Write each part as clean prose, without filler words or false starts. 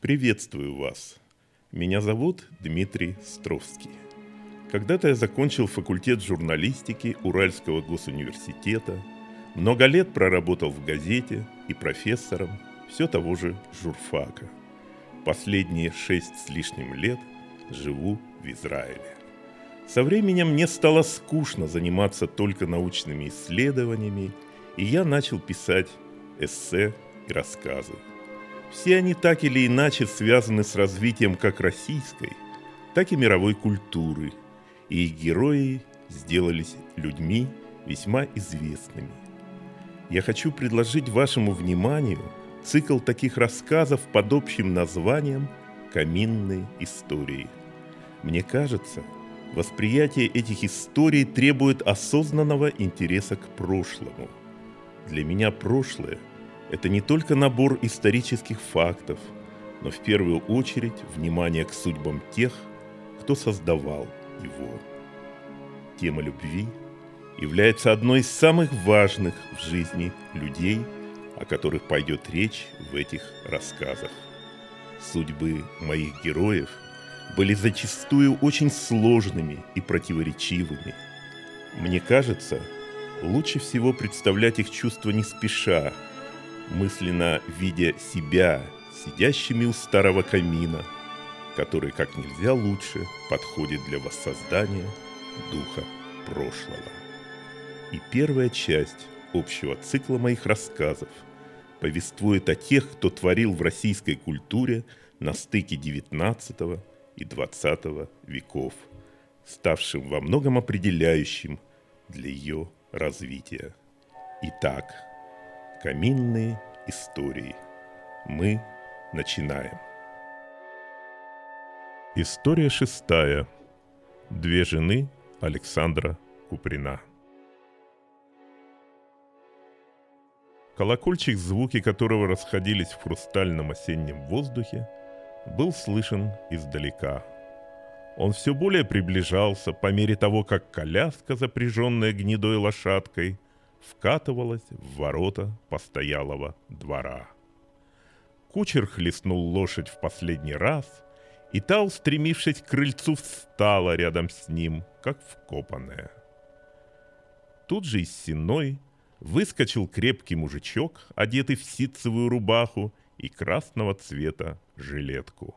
Приветствую вас. Меня зовут Дмитрий Стровский. Когда-то я закончил факультет журналистики Уральского госуниверситета, много лет проработал в газете и профессором все того же журфака. Последние 6 с лишним лет живу в Израиле. Со временем мне стало скучно заниматься только научными исследованиями, и я начал писать эссе и рассказы. Все они так или иначе связаны с развитием как российской, так и мировой культуры, и их герои сделались людьми весьма известными. Я хочу предложить вашему вниманию цикл таких рассказов под общим названием «Каминные истории». Мне кажется, восприятие этих историй требует осознанного интереса к прошлому. Для меня прошлое – это не только набор исторических фактов, но в первую очередь внимание к судьбам тех, кто создавал его. Тема любви является одной из самых важных в жизни людей, о которых пойдет речь в этих рассказах. Судьбы моих героев были зачастую очень сложными и противоречивыми. Мне кажется, лучше всего представлять их чувства не спеша, мысленно видя себя сидящими у старого камина, который как нельзя лучше подходит для воссоздания духа прошлого. И первая часть общего цикла моих рассказов повествует о тех, кто творил в российской культуре на стыке XIX и XX веков, ставшим во многом определяющим для ее развития. Итак, каминные истории. Мы начинаем. История 6. Две жены Александра Куприна. Колокольчик, звуки которого расходились в хрустальном осеннем воздухе, был слышен издалека. Он все более приближался по мере того, как коляска, запряженная гнедой лошадкой, вкатывалась в ворота постоялого двора. Кучер хлестнул лошадь в последний раз, и та, устремившись к крыльцу, встала рядом с ним, как вкопанная. Тут же из сенной выскочил крепкий мужичок, одетый в ситцевую рубаху и красного цвета жилетку.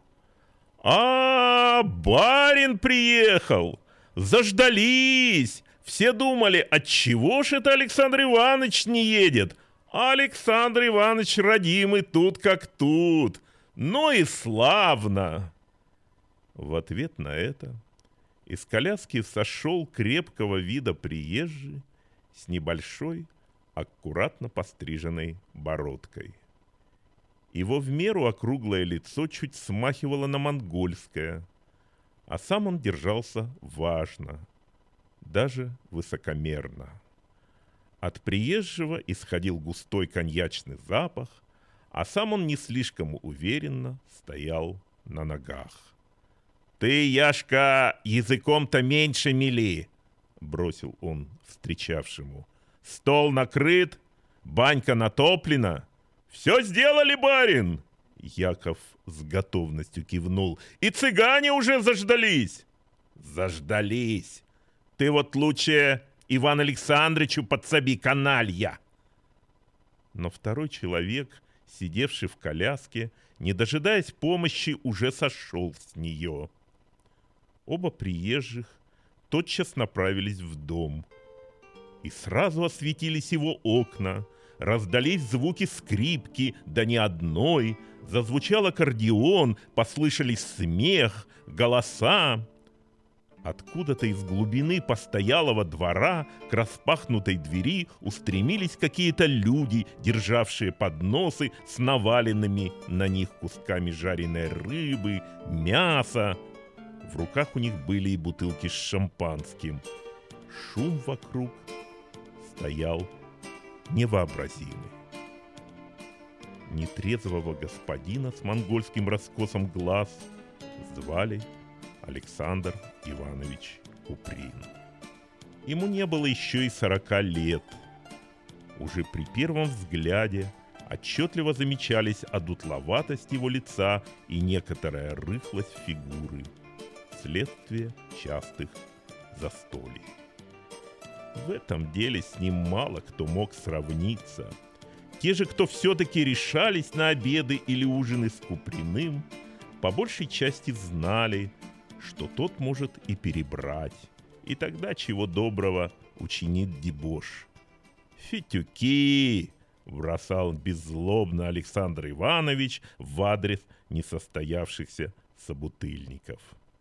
Барин приехал! Заждались! Все думали, отчего ж это Александр Иванович не едет? Александр Иванович родимый тут как тут. Ну и славно!» В ответ на это из коляски сошел крепкого вида приезжий с небольшой, аккуратно постриженной бородкой. Его в меру округлое лицо чуть смахивало на монгольское, а сам он держался важно, даже высокомерно. От приезжего исходил густой коньячный запах, а сам он не слишком уверенно стоял на ногах. «Ты, Яшка, языком-то меньше мели!» — бросил он встречавшему. «Стол накрыт, банька натоплена. Все сделали, барин!» Яков с готовностью кивнул. «И цыгане уже заждались!» «Заждались! Ты вот лучше Ивану Александровичу подсоби, каналья!» Но второй человек, сидевший в коляске, не дожидаясь помощи, уже сошел с нее. Оба приезжих тотчас направились в дом. И сразу осветились его окна, раздались звуки скрипки, да не одной, зазвучал аккордеон, послышались смех, голоса. Откуда-то из глубины постоялого двора к распахнутой двери устремились какие-то люди, державшие подносы с наваленными на них кусками жареной рыбы, мяса. В руках у них были и бутылки с шампанским. Шум вокруг стоял невообразимый. Нетрезвого господина с монгольским раскосом глаз звали Александр Иванович Куприн. Ему не было еще и 40 лет. Уже при первом взгляде Отчетливо замечались одутловатость его лица и некоторая рыхлость фигуры, следствие частых застолий. В этом деле с ним мало кто мог сравниться. Те же, кто все-таки решались на обеды или ужины с Куприным, по большей части знали, что тот может и перебрать, и тогда, чего доброго, учинит дебош. «Фитюки!» — бросал беззлобно Александр Иванович в адрес несостоявшихся собутыльников.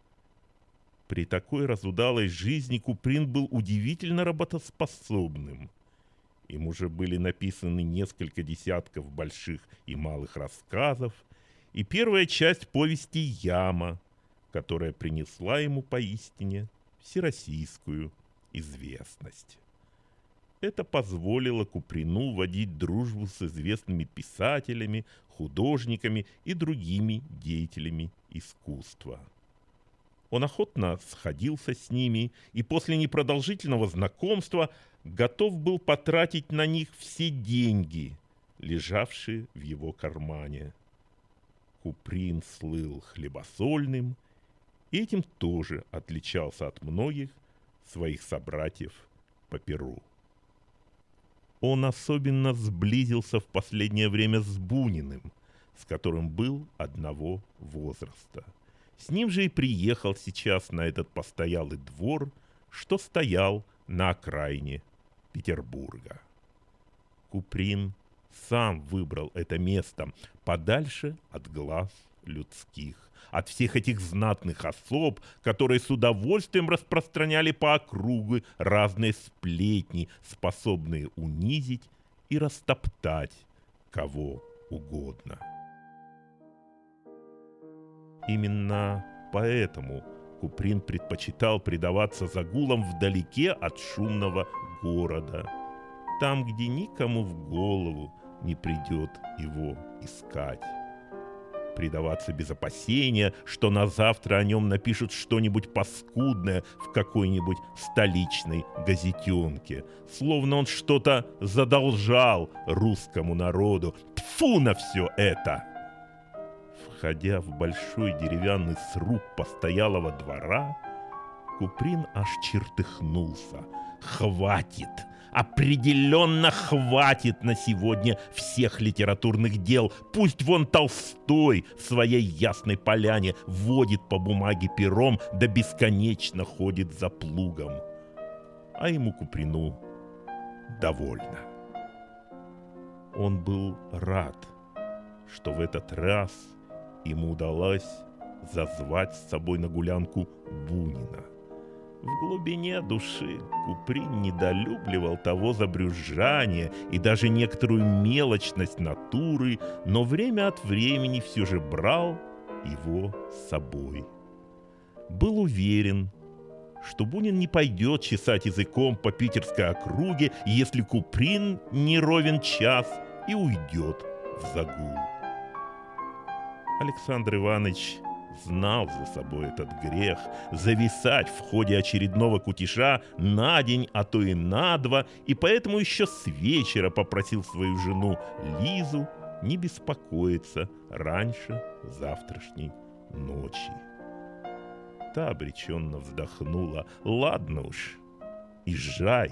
При такой разудалой жизни Куприн был удивительно работоспособным. Им уже были написаны несколько десятков больших и малых рассказов и первая часть повести «Яма», которая принесла ему поистине всероссийскую известность. Это позволило Куприну водить дружбу с известными писателями, художниками и другими деятелями искусства. Он охотно сходился с ними и после непродолжительного знакомства готов был потратить на них все деньги, лежавшие в его кармане. Куприн слыл хлебосольным и этим тоже отличался от многих своих собратьев по перу. Он особенно сблизился в последнее время с Буниным, с которым был одного возраста. С ним же и приехал сейчас на этот постоялый двор, что стоял на окраине Петербурга. Куприн сам выбрал это место подальше от глаз людских, от всех этих знатных особ, которые с удовольствием распространяли по округу разные сплетни, способные унизить и растоптать кого угодно. Именно поэтому Куприн предпочитал предаваться загулам вдалеке от шумного города, там, где никому в голову не придет его искать. Предаваться без опасения, что на завтра о нем напишут что-нибудь паскудное в какой-нибудь столичной газетенке, словно он что-то задолжал русскому народу. Тьфу на все это! Входя в большой деревянный сруб постоялого двора, Куприн аж чертыхнулся. Хватит! Определенно хватит на сегодня всех литературных дел. Пусть вон Толстой в своей Ясной Поляне водит по бумаге пером, да бесконечно ходит за плугом. А ему, Куприну, довольно. Он был рад, что в этот раз ему удалось зазвать с собой на гулянку Бунина. В глубине души Куприн недолюбливал того забрюзжания и даже некоторую мелочность натуры, но время от времени все же брал его с собой. Был уверен, что Бунин не пойдет чесать языком по питерской округе, если Куприн не ровен час и уйдет в загул. Александр Иванович знал за собой этот грех — зависать в ходе очередного кутежа на день, а то и на два, и поэтому еще с вечера попросил свою жену Лизу не беспокоиться раньше завтрашней ночи. Та обреченно вздохнула. «Ладно уж, езжай».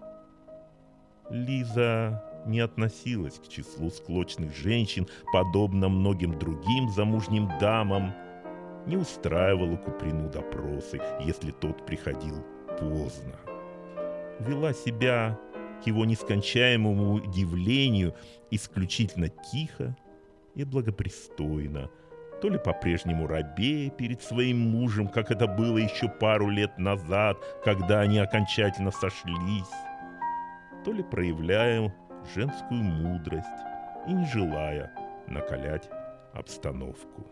Лиза не относилась к числу склочных женщин, подобно многим другим замужним дамам, не устраивала Куприну допросы, если тот приходил поздно. Вела себя, к его нескончаемому удивлению, исключительно тихо и благопристойно, то ли по-прежнему робея перед своим мужем, как это было еще пару лет назад, когда они окончательно сошлись, то ли проявляя женскую мудрость и не желая накалять обстановку.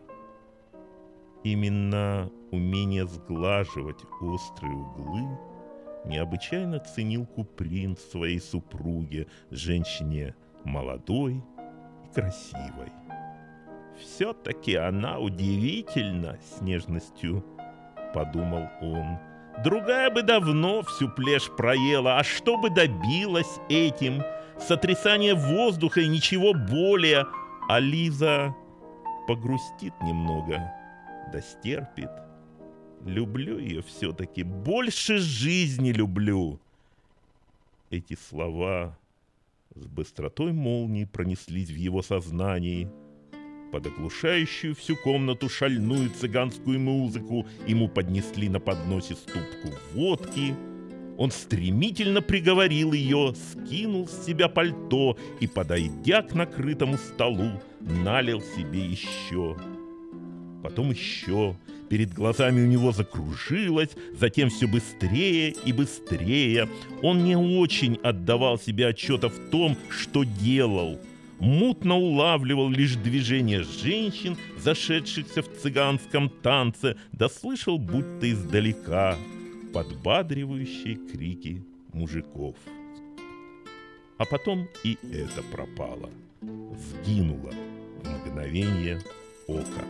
Именно умение сглаживать острые углы необычайно ценил Куприн в своей супруге, женщине молодой и красивой. «Все-таки она удивительна», — с нежностью подумал он. «Другая бы давно всю плешь проела, а что бы добилась этим? сотрясание воздуха и ничего более. А Лиза погрустит немного, да стерпит. Люблю ее все-таки, больше жизни люблю. Эти слова с быстротой молнии пронеслись в его сознании. Под оглушающую всю комнату шальную цыганскую музыку ему поднесли на подносе ступку водки. Он стремительно приговорил ее, скинул с себя пальто и, подойдя к накрытому столу, налил себе еще. Потом еще. Перед глазами у него закружилось, затем все быстрее и быстрее. Он не очень отдавал себе отчета в том, что делал. Мутно улавливал лишь движения женщин, зашедшихся в цыганском танце, да слышал будто издалека подбадривающие крики мужиков. А потом и это пропало, сгинуло в мгновение ока.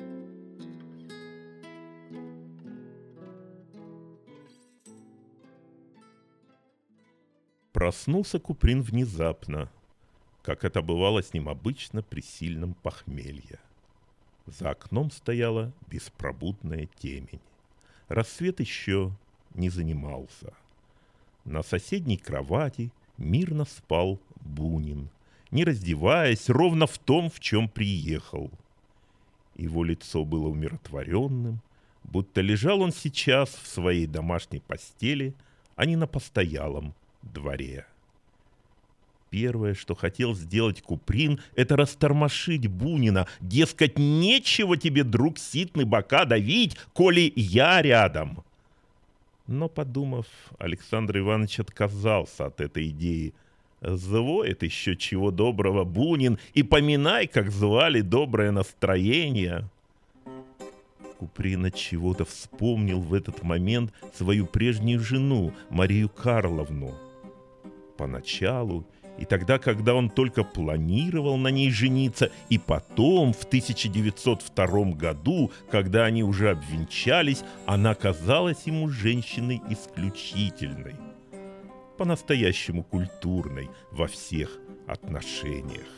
Проснулся Куприн внезапно, как это бывало с ним обычно при сильном похмелье. За окном стояла беспробудная темень. Рассвет еще не занимался. На соседней кровати мирно спал Бунин, не раздеваясь, ровно в том, в чем приехал. Его лицо было умиротворенным, будто лежал он сейчас в своей домашней постели, а не на постоялом дворе. Первое, что хотел сделать Куприн, это растормошить Бунина. Дескать, нечего тебе, друг ситный, бока давить, коли я рядом. Но, подумав, Александр Иванович отказался от этой идеи. Звоет еще чего доброго Бунин, и поминай, как звали доброе настроение. Куприн от чего-то вспомнил в этот момент свою прежнюю жену, Марию Карловну. Поначалу, и тогда, когда он только планировал на ней жениться, и потом, в 1902 году, когда они уже обвенчались, она казалась ему женщиной исключительной, по-настоящему культурной во всех отношениях.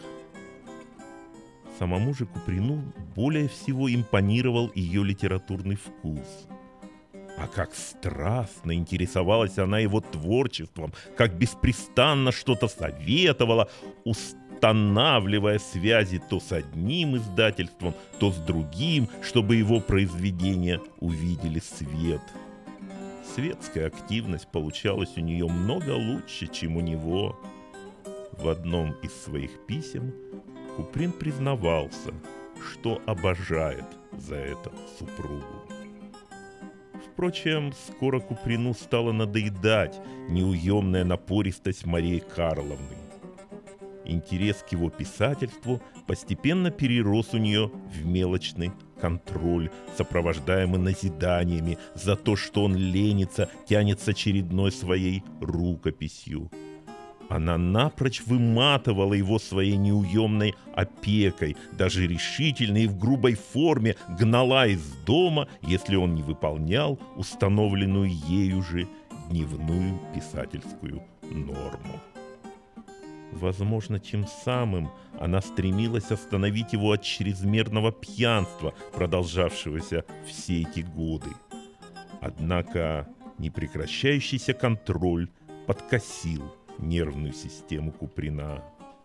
Самому же Куприну более всего импонировал ее литературный вкус. А как страстно интересовалась она его творчеством, как беспрестанно что-то советовала, устанавливая связи то с одним издательством, то с другим, чтобы его произведения увидели свет. Светская активность получалась у нее много лучше, чем у него. В одном из своих писем Куприн признавался, что обожает за это супругу. Впрочем, скоро Куприну стало надоедать неуемная напористость Марии Карловны. Интерес к его писательству постепенно перерос у нее в мелочный контроль, сопровождаемый назиданиями за то, что он ленится, тянет с очередной своей рукописью. Она напрочь выматывала его своей неуемной опекой, даже решительно и в грубой форме гнала из дома, если он не выполнял установленную ею же дневную писательскую норму. Возможно, тем самым она стремилась остановить его от чрезмерного пьянства, продолжавшегося все эти годы. Однако непрекращающийся контроль подкосил нервную систему Куприна.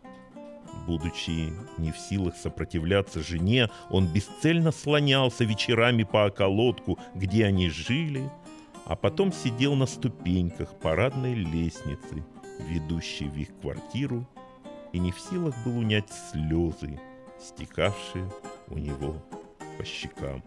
Будучи не в силах сопротивляться жене, он бесцельно слонялся вечерами по околотку, где они жили, а потом сидел на ступеньках парадной лестницы, ведущей в их квартиру, и не в силах был унять слезы, стекавшие у него по щекам.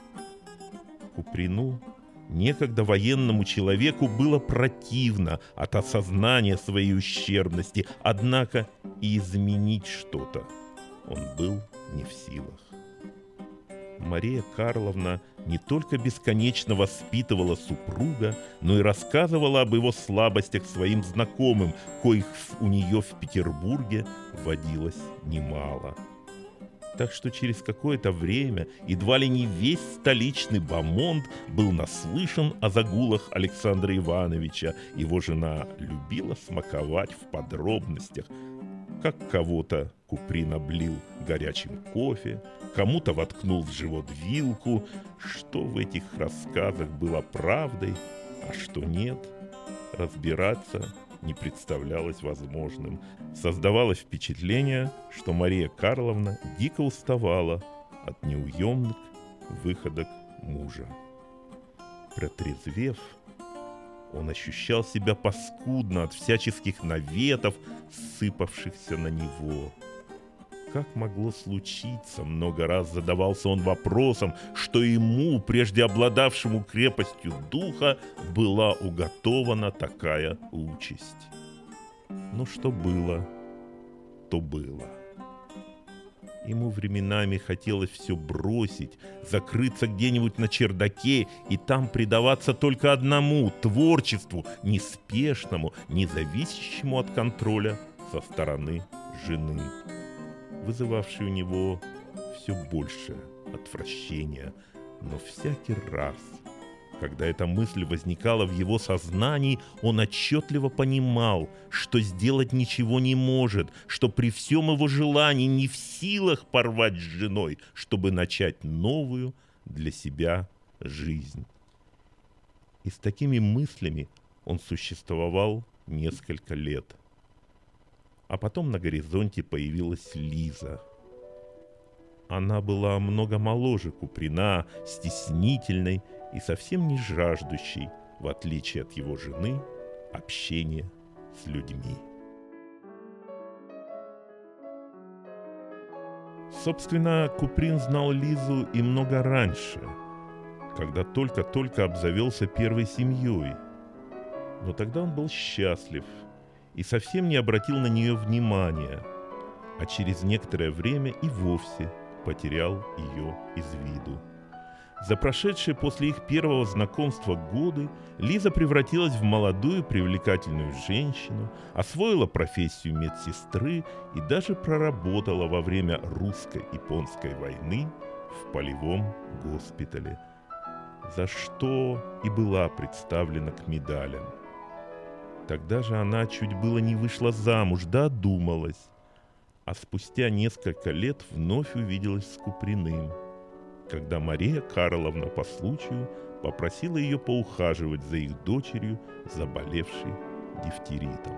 Куприну, некогда военному человеку, было противно от осознания своей ущербности, однако и изменить что-то он был не в силах. Мария Карловна не только бесконечно воспитывала супруга, но и рассказывала об его слабостях своим знакомым, коих у нее в Петербурге водилось немало. Так что через какое-то время едва ли не весь столичный бомонд был наслышан о загулах Александра Ивановича. Его жена любила смаковать в подробностях, как кого-то Куприн облил горячим кофе, кому-то воткнул в живот вилку. Что в этих рассказах было правдой, а что нет, разбираться не представлялось возможным. Создавалось впечатление, что Мария Карловна дико уставала от неуемных выходок мужа. Протрезвев, он ощущал себя паскудно от всяческих наветов, сыпавшихся на него. Как могло случиться, много раз задавался он вопросом, что ему, прежде обладавшему крепостью духа, была уготована такая участь. Но что было, то было. Ему временами хотелось все бросить, закрыться где-нибудь на чердаке и там предаваться только одному – творчеству, неспешному, независящему от контроля со стороны жены, вызывавшей у него все больше отвращения. Но всякий раз, когда эта мысль возникала в его сознании, он отчетливо понимал, что сделать ничего не может, что при всем его желании не в силах порвать с женой, чтобы начать новую для себя жизнь. И с такими мыслями он существовал несколько лет. А потом на горизонте появилась Лиза. Она была много моложе Куприна, стеснительной и совсем не жаждущей, в отличие от его жены, общения с людьми. Собственно, Куприн знал Лизу и много раньше, когда только-только обзавелся первой семьей. Но тогда он был счастлив и совсем не обратил на нее внимания, а через некоторое время и вовсе потерял ее из виду. За прошедшие после их первого знакомства годы Лиза превратилась в молодую привлекательную женщину, освоила профессию медсестры и даже проработала во время русско-японской войны в полевом госпитале, за что и была представлена к медалям. Тогда же она чуть было не вышла замуж, да одумалась, а спустя несколько лет вновь увиделась с Куприным, когда Мария Карловна по случаю попросила ее поухаживать за их дочерью, заболевшей дифтеритом.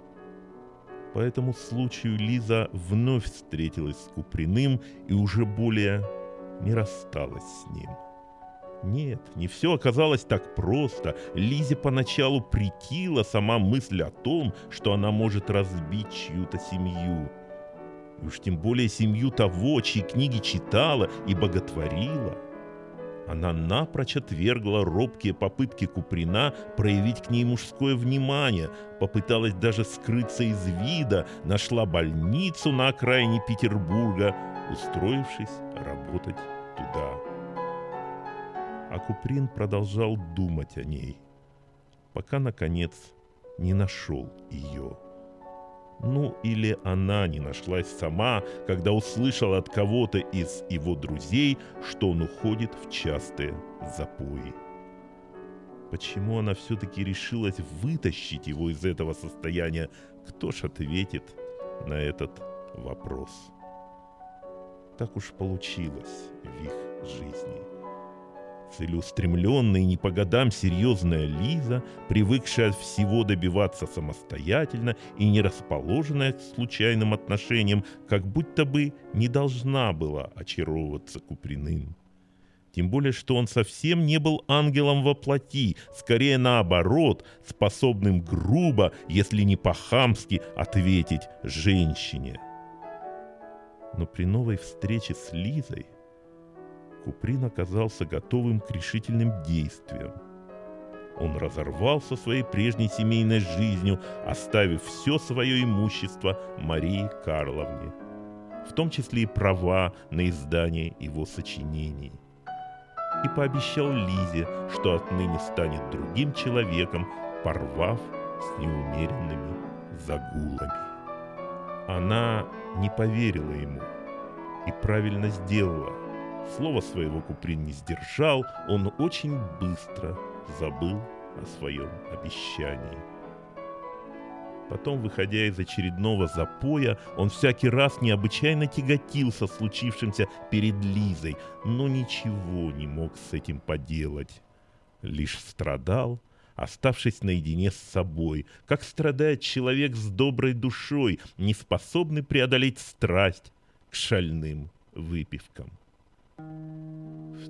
По этому случаю Лиза вновь встретилась с Куприным и уже более не рассталась с ним. Нет, не все оказалось так просто. Лизе поначалу претила сама мысль о том, что она может разбить чью-то семью. И уж тем более семью того, чьи книги читала и боготворила. Она напрочь отвергла робкие попытки Куприна проявить к ней мужское внимание, попыталась даже скрыться из вида, нашла больницу на окраине Петербурга, устроившись работать туда. А Куприн продолжал думать о ней, пока, наконец, не нашел ее. Ну, или она не нашлась сама, когда услышала от кого-то из его друзей, что он уходит в частые запои. Почему она все-таки решилась вытащить его из этого состояния, кто ж ответит на этот вопрос? Так уж получилось в их жизни. Целеустремленная и не по годам серьезная Лиза, привыкшая от всего добиваться самостоятельно и не расположенная к случайным отношениям, как будто бы не должна была очаровываться Куприным. Тем более, что он совсем не был ангелом во плоти, скорее наоборот, способным грубо, если не по-хамски, ответить женщине. Но при новой встрече с Лизой Куприн оказался готовым к решительным действиям. Он разорвал со своей прежней семейной жизнью, оставив все свое имущество Марии Карловне, в том числе и права на издание его сочинений. И пообещал Лизе, что отныне станет другим человеком, порвав с неумеренными загулами. Она не поверила ему. И правильно сделала. Слова своего Куприн не сдержал, он очень быстро забыл о своем обещании. Потом, выходя из очередного запоя, он всякий раз необычайно тяготился случившимся перед Лизой, но ничего не мог с этим поделать. Лишь страдал, оставшись наедине с собой, как страдает человек с доброй душой, не способный преодолеть страсть к шальным выпивкам. В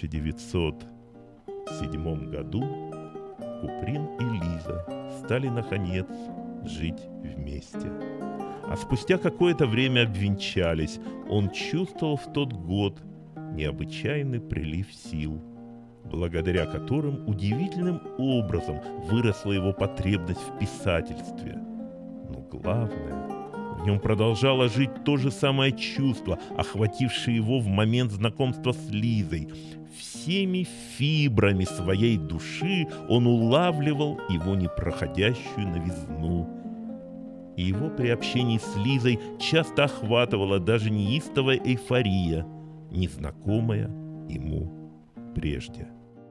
1907 году Куприн и Лиза стали, наконец, жить вместе. А спустя какое-то время обвенчались. Он чувствовал в тот год необычайный прилив сил, благодаря которым удивительным образом выросла его потребность в писательстве. Но главное, в нем продолжало жить то же самое чувство, охватившее его в момент знакомства с Лизой. Всеми фибрами своей души он улавливал его непроходящую новизну. И его при общении с Лизой часто охватывала даже неистовая эйфория, незнакомая ему прежде.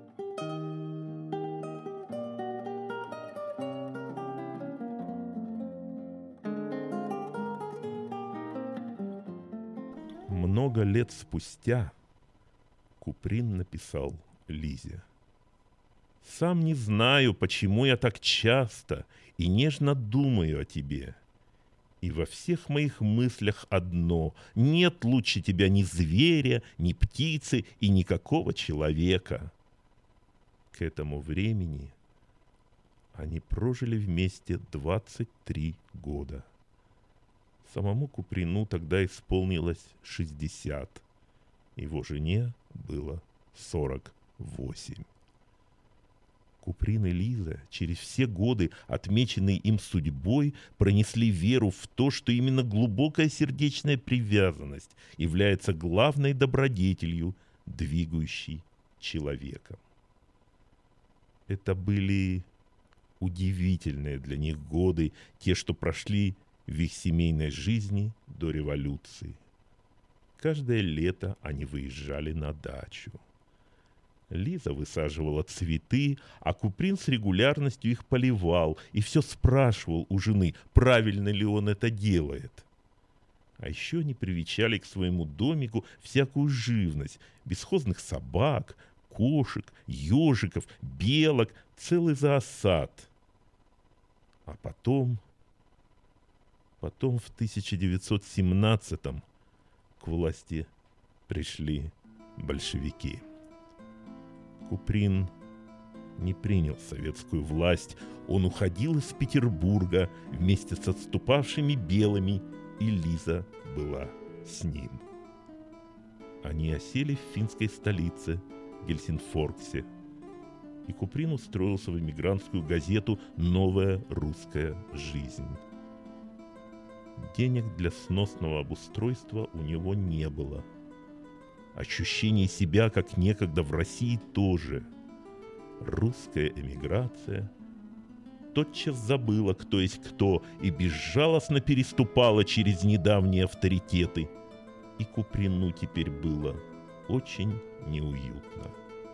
Много лет спустя Куприн написал Лизе: «Сам не знаю, почему я так часто и нежно думаю о тебе. И во всех моих мыслях одно: нет лучше тебя ни зверя, ни птицы и никакого человека». К этому времени они прожили вместе 23 года. Самому Куприну тогда исполнилось 60, его жене было 48. Куприн и Лиза через все годы, отмеченные им судьбой, пронесли веру в то, что именно глубокая сердечная привязанность является главной добродетелью, двигающей человеком. Это были удивительные для них годы, те, что прошли в их семейной жизни до революции. Каждое лето они выезжали на дачу. Лиза высаживала цветы, а Куприн с регулярностью их поливал и все спрашивал у жены, правильно ли он это делает. А еще они привечали к своему домику всякую живность: бесхозных собак, кошек, ежиков, белок, целый зоосад. А потом в 1917-м к власти пришли большевики. Куприн не принял советскую власть. Он уходил из Петербурга вместе с отступавшими белыми, и Лиза была с ним. Они осели в финской столице, Гельсинфорксе, и Куприн устроился в эмигрантскую газету «Новая русская жизнь». Денег для сносного обустройства у него не было. Ощущение себя, как некогда в России, тоже. Русская эмиграция тотчас забыла, кто есть кто, и безжалостно переступала через недавние авторитеты. И Куприну теперь было очень неуютно.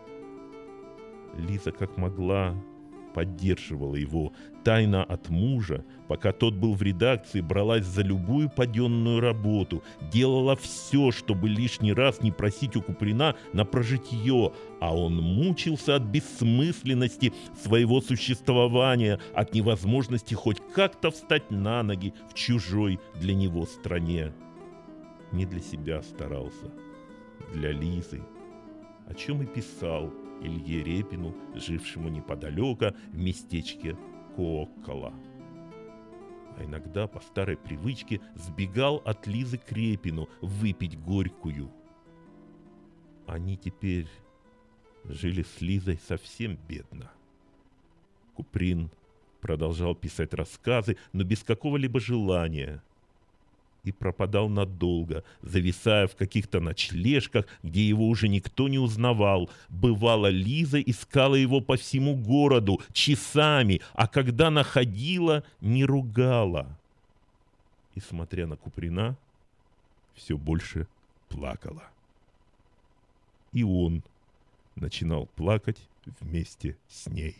Лиза как могла поддерживала его, тайно от мужа, пока тот был в редакции, бралась за любую паденную работу, делала все, чтобы лишний раз не просить у Куприна на прожитье, а он мучился от бессмысленности своего существования, от невозможности хоть как-то встать на ноги в чужой для него стране. Не для себя старался, для Лизы, о чем и писал Илье Репину, жившему неподалеку в местечке Кооккола. А иногда по старой привычке сбегал от Лизы к Репину выпить горькую. Они теперь жили с Лизой совсем бедно. Куприн продолжал писать рассказы, но без какого-либо желания, и пропадал надолго, зависая в каких-то ночлежках, где его уже никто не узнавал. Бывало, Лиза искала его по всему городу часами, а когда находила, не ругала. И, смотря на Куприна, все больше плакала. И он начинал плакать вместе с ней.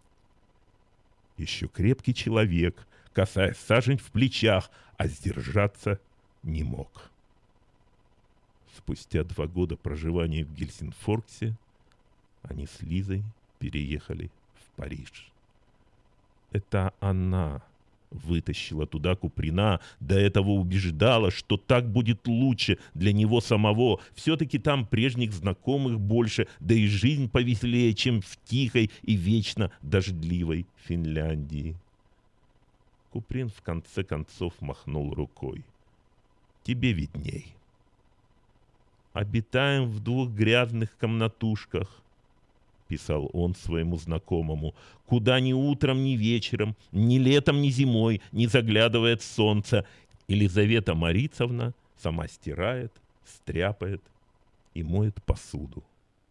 Еще крепкий человек, касаясь сажень в плечах, а сдержаться не мог. Спустя 2 года проживания в Гельсинфорксе они с Лизой переехали в Париж. Это она вытащила туда Куприна, до этого убеждала, что так будет лучше для него самого. Все-таки там прежних знакомых больше, да и жизнь повеселее, чем в тихой и вечно дождливой Финляндии. Куприн в конце концов махнул рукой. «Тебе видней. Обитаем в 2 грязных комнатушках», — писал он своему знакомому, «куда ни утром, ни вечером, ни летом, ни зимой не заглядывает солнце. Елизавета Марицовна сама стирает, стряпает и моет посуду».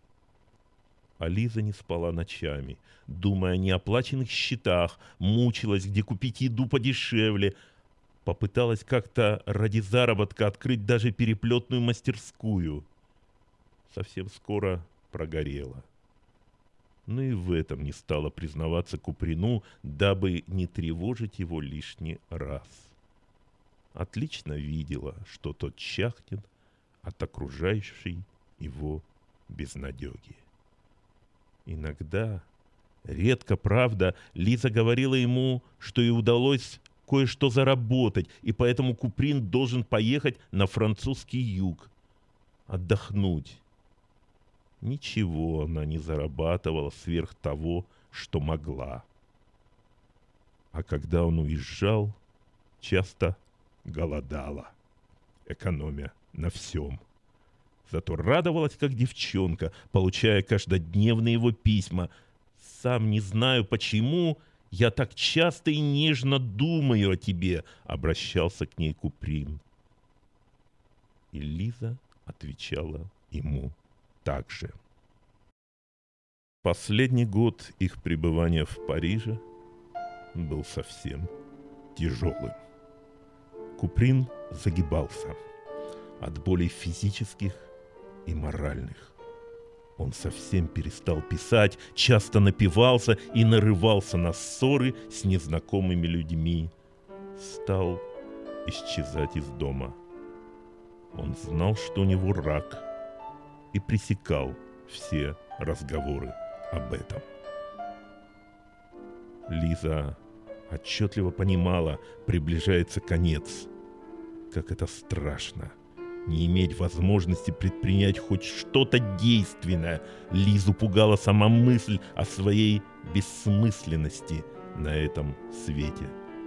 А Лиза не спала ночами, думая о неоплаченных счетах, мучилась, где купить еду подешевле. Попыталась как-то ради заработка открыть даже переплетную мастерскую. Совсем скоро прогорела. Но и в этом не стала признаваться Куприну, дабы не тревожить его лишний раз. Отлично видела, что тот чахнет от окружающей его безнадеги. Иногда, редко, правда, Лиза говорила ему, что ей удалось кое-что заработать, и поэтому Куприн должен поехать на французский юг, отдохнуть. Ничего она не зарабатывала сверх того, что могла. А когда он уезжал, часто голодала, экономя на всем. Зато радовалась, как девчонка, получая каждодневные его письма. «Сам не знаю почему, я так часто и нежно думаю о тебе», — обращался к ней Куприн. И Лиза отвечала ему так же. Последний год их пребывания в Париже был совсем тяжелым. Куприн загибался от болей физических и моральных. Он совсем перестал писать, часто напивался и нарывался на ссоры с незнакомыми людьми. Стал исчезать из дома. Он знал, что у него рак, и пресекал все разговоры об этом. Лиза отчетливо понимала, приближается конец. Как это страшно! Не иметь возможности предпринять хоть что-то действенное. Лизу пугала сама мысль о своей бессмысленности на этом свете.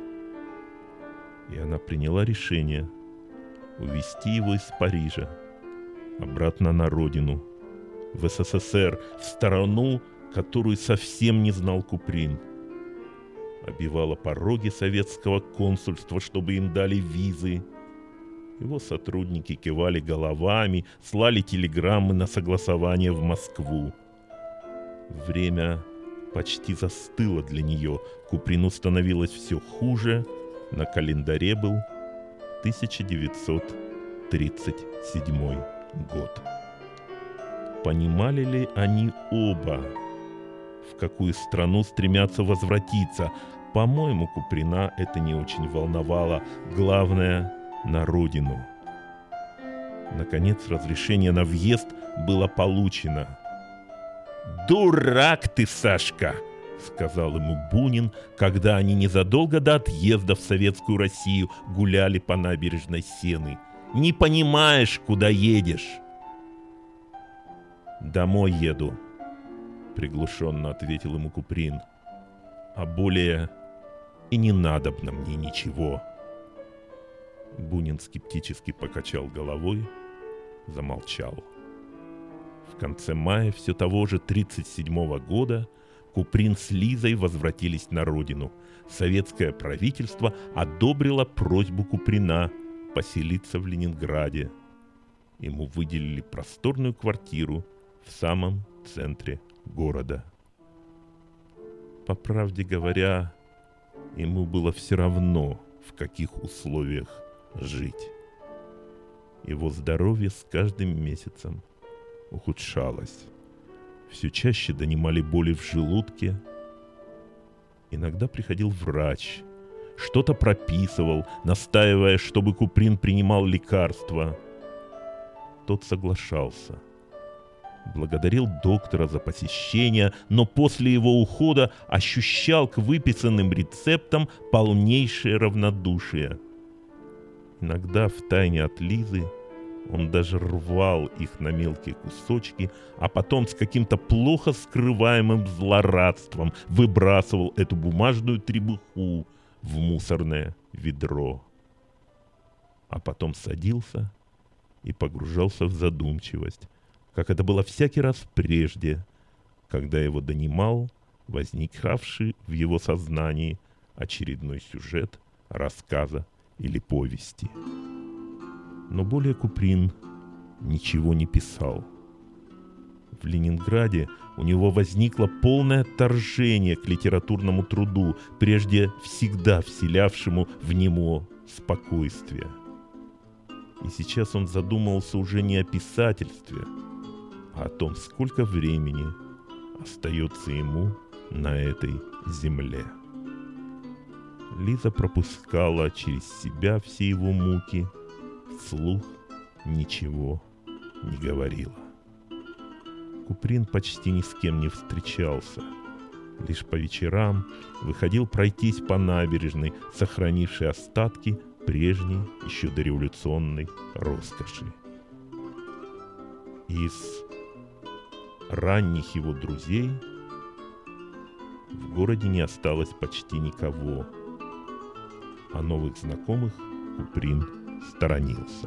И она приняла решение увезти его из Парижа обратно на родину, в СССР, в страну, которую совсем не знал Куприн. Обивала пороги советского консульства, чтобы им дали визы. Его сотрудники кивали головами, слали телеграммы на согласование в Москву. Время почти застыло для нее. Куприну становилось все хуже. На календаре был 1937 год. Понимали ли они оба, в какую страну стремятся возвратиться? По-моему, Куприна это не очень волновало. Главное — на родину. Наконец, разрешение на въезд было получено. «Дурак ты, Сашка!» — сказал ему Бунин, когда они незадолго до отъезда в Советскую Россию гуляли по набережной Сены. «Не понимаешь, куда едешь!» «Домой еду», — приглушенно ответил ему Куприн. «А более и не надобно мне ничего». Бунин скептически покачал головой, замолчал. В конце мая все того же 1937 года Куприн с Лизой возвратились на родину. Советское правительство одобрило просьбу Куприна поселиться в Ленинграде. Ему выделили просторную квартиру в самом центре города. По правде говоря, ему было все равно, в каких условиях жить. Его здоровье с каждым месяцем ухудшалось. Все чаще донимали боли в желудке. Иногда приходил врач, что-то прописывал, настаивая, чтобы Куприн принимал лекарства. Тот соглашался. Благодарил доктора за посещение, но после его ухода ощущал к выписанным рецептам полнейшее равнодушие. Иногда втайне от Лизы он даже рвал их на мелкие кусочки, а потом с каким-то плохо скрываемым злорадством выбрасывал эту бумажную требуху в мусорное ведро. А потом садился и погружался в задумчивость, как это было всякий раз прежде, когда его донимал возникавший в его сознании очередной сюжет рассказа или повести. Но более Куприн ничего не писал. В Ленинграде у него возникло полное отторжение к литературному труду, прежде всегда вселявшему в него спокойствие. И сейчас он задумывался уже не о писательстве, а о том, сколько времени остается ему на этой земле. Лиза пропускала через себя все его муки, вслух ничего не говорила. Куприн почти ни с кем не встречался. Лишь по вечерам выходил пройтись по набережной, сохранившей остатки прежней, еще дореволюционной роскоши. Из ранних его друзей в городе не осталось почти никого, а новых знакомых Куприн сторонился.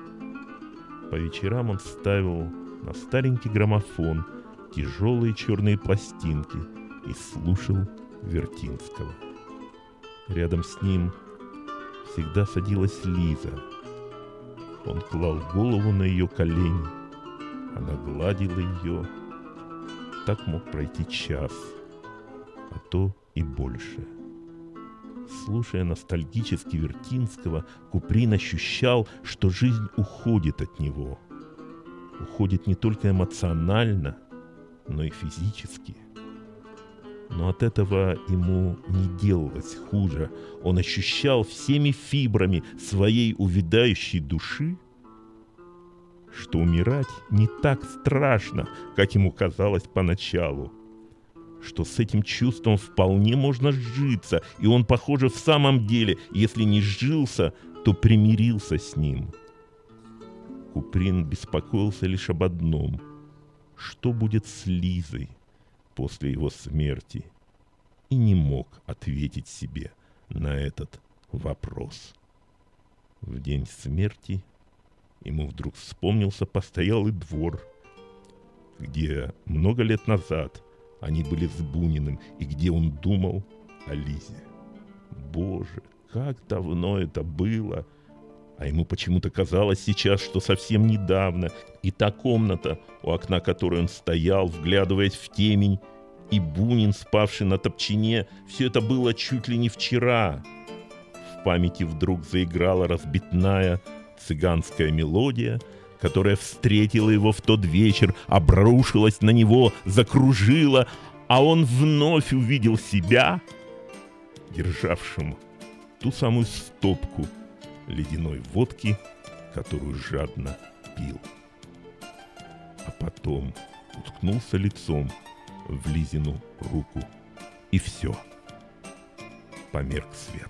По вечерам он ставил на старенький граммофон тяжелые черные пластинки и слушал Вертинского. Рядом с ним всегда садилась Лиза. Он клал голову на ее колени, она гладила ее. Так мог пройти час, а то и больше. Слушая ностальгически Вертинского, Куприн ощущал, что жизнь уходит от него. Уходит не только эмоционально, но и физически. Но от этого ему не делалось хуже. Он ощущал всеми фибрами своей увядающей души, что умирать не так страшно, как ему казалось поначалу. Что с этим чувством вполне можно сжиться, и он, похоже, в самом деле, если не сжился, то примирился с ним. Куприн беспокоился лишь об одном: что будет с Лизой после его смерти, и не мог ответить себе на этот вопрос. В день смерти ему вдруг вспомнился постоялый двор, где много лет назад они были с Буниным, и где он думал о Лизе. Боже, как давно это было! А ему почему-то казалось сейчас, что совсем недавно. И та комната, у окна которой он стоял, вглядываясь в темень, и Бунин, спавший на топчине, все это было чуть ли не вчера. В памяти вдруг заиграла разбитная цыганская мелодия, которая встретила его в тот вечер, обрушилась на него, закружила, а он вновь увидел себя, державшим ту самую стопку ледяной водки, которую жадно пил. А потом уткнулся лицом в Лизину руку, и все. Померк свет.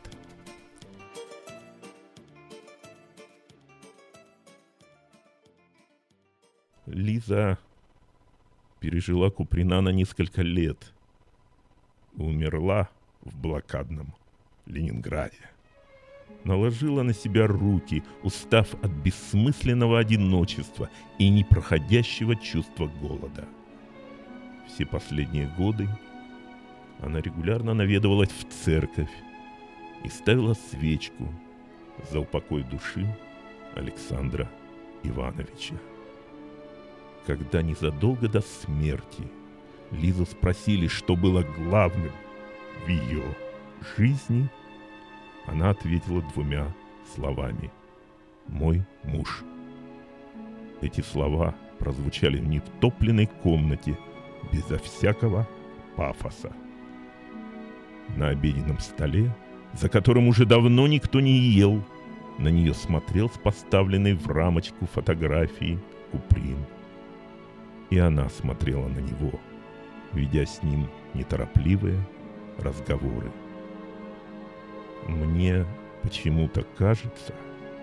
Лиза пережила Куприна на несколько лет. Умерла в блокадном Ленинграде. Наложила на себя руки, устав от бессмысленного одиночества и непроходящего чувства голода. Все последние годы она регулярно наведывалась в церковь и ставила свечку за упокой души Александра Ивановича. Когда незадолго до смерти Лизу спросили, что было главным в ее жизни, она ответила двумя словами: «Мой муж Эти слова прозвучали в нетопленной комнате безо всякого пафоса. На обеденном столе, за которым уже давно никто не ел, на нее смотрел с поставленной в рамочку фотографии Куприн. И она смотрела на него, ведя с ним неторопливые разговоры. Мне почему-то кажется,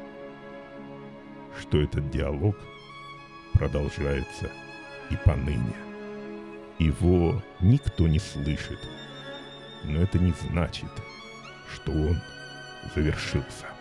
что этот диалог продолжается и поныне. Его никто не слышит, но это не значит, что он завершился.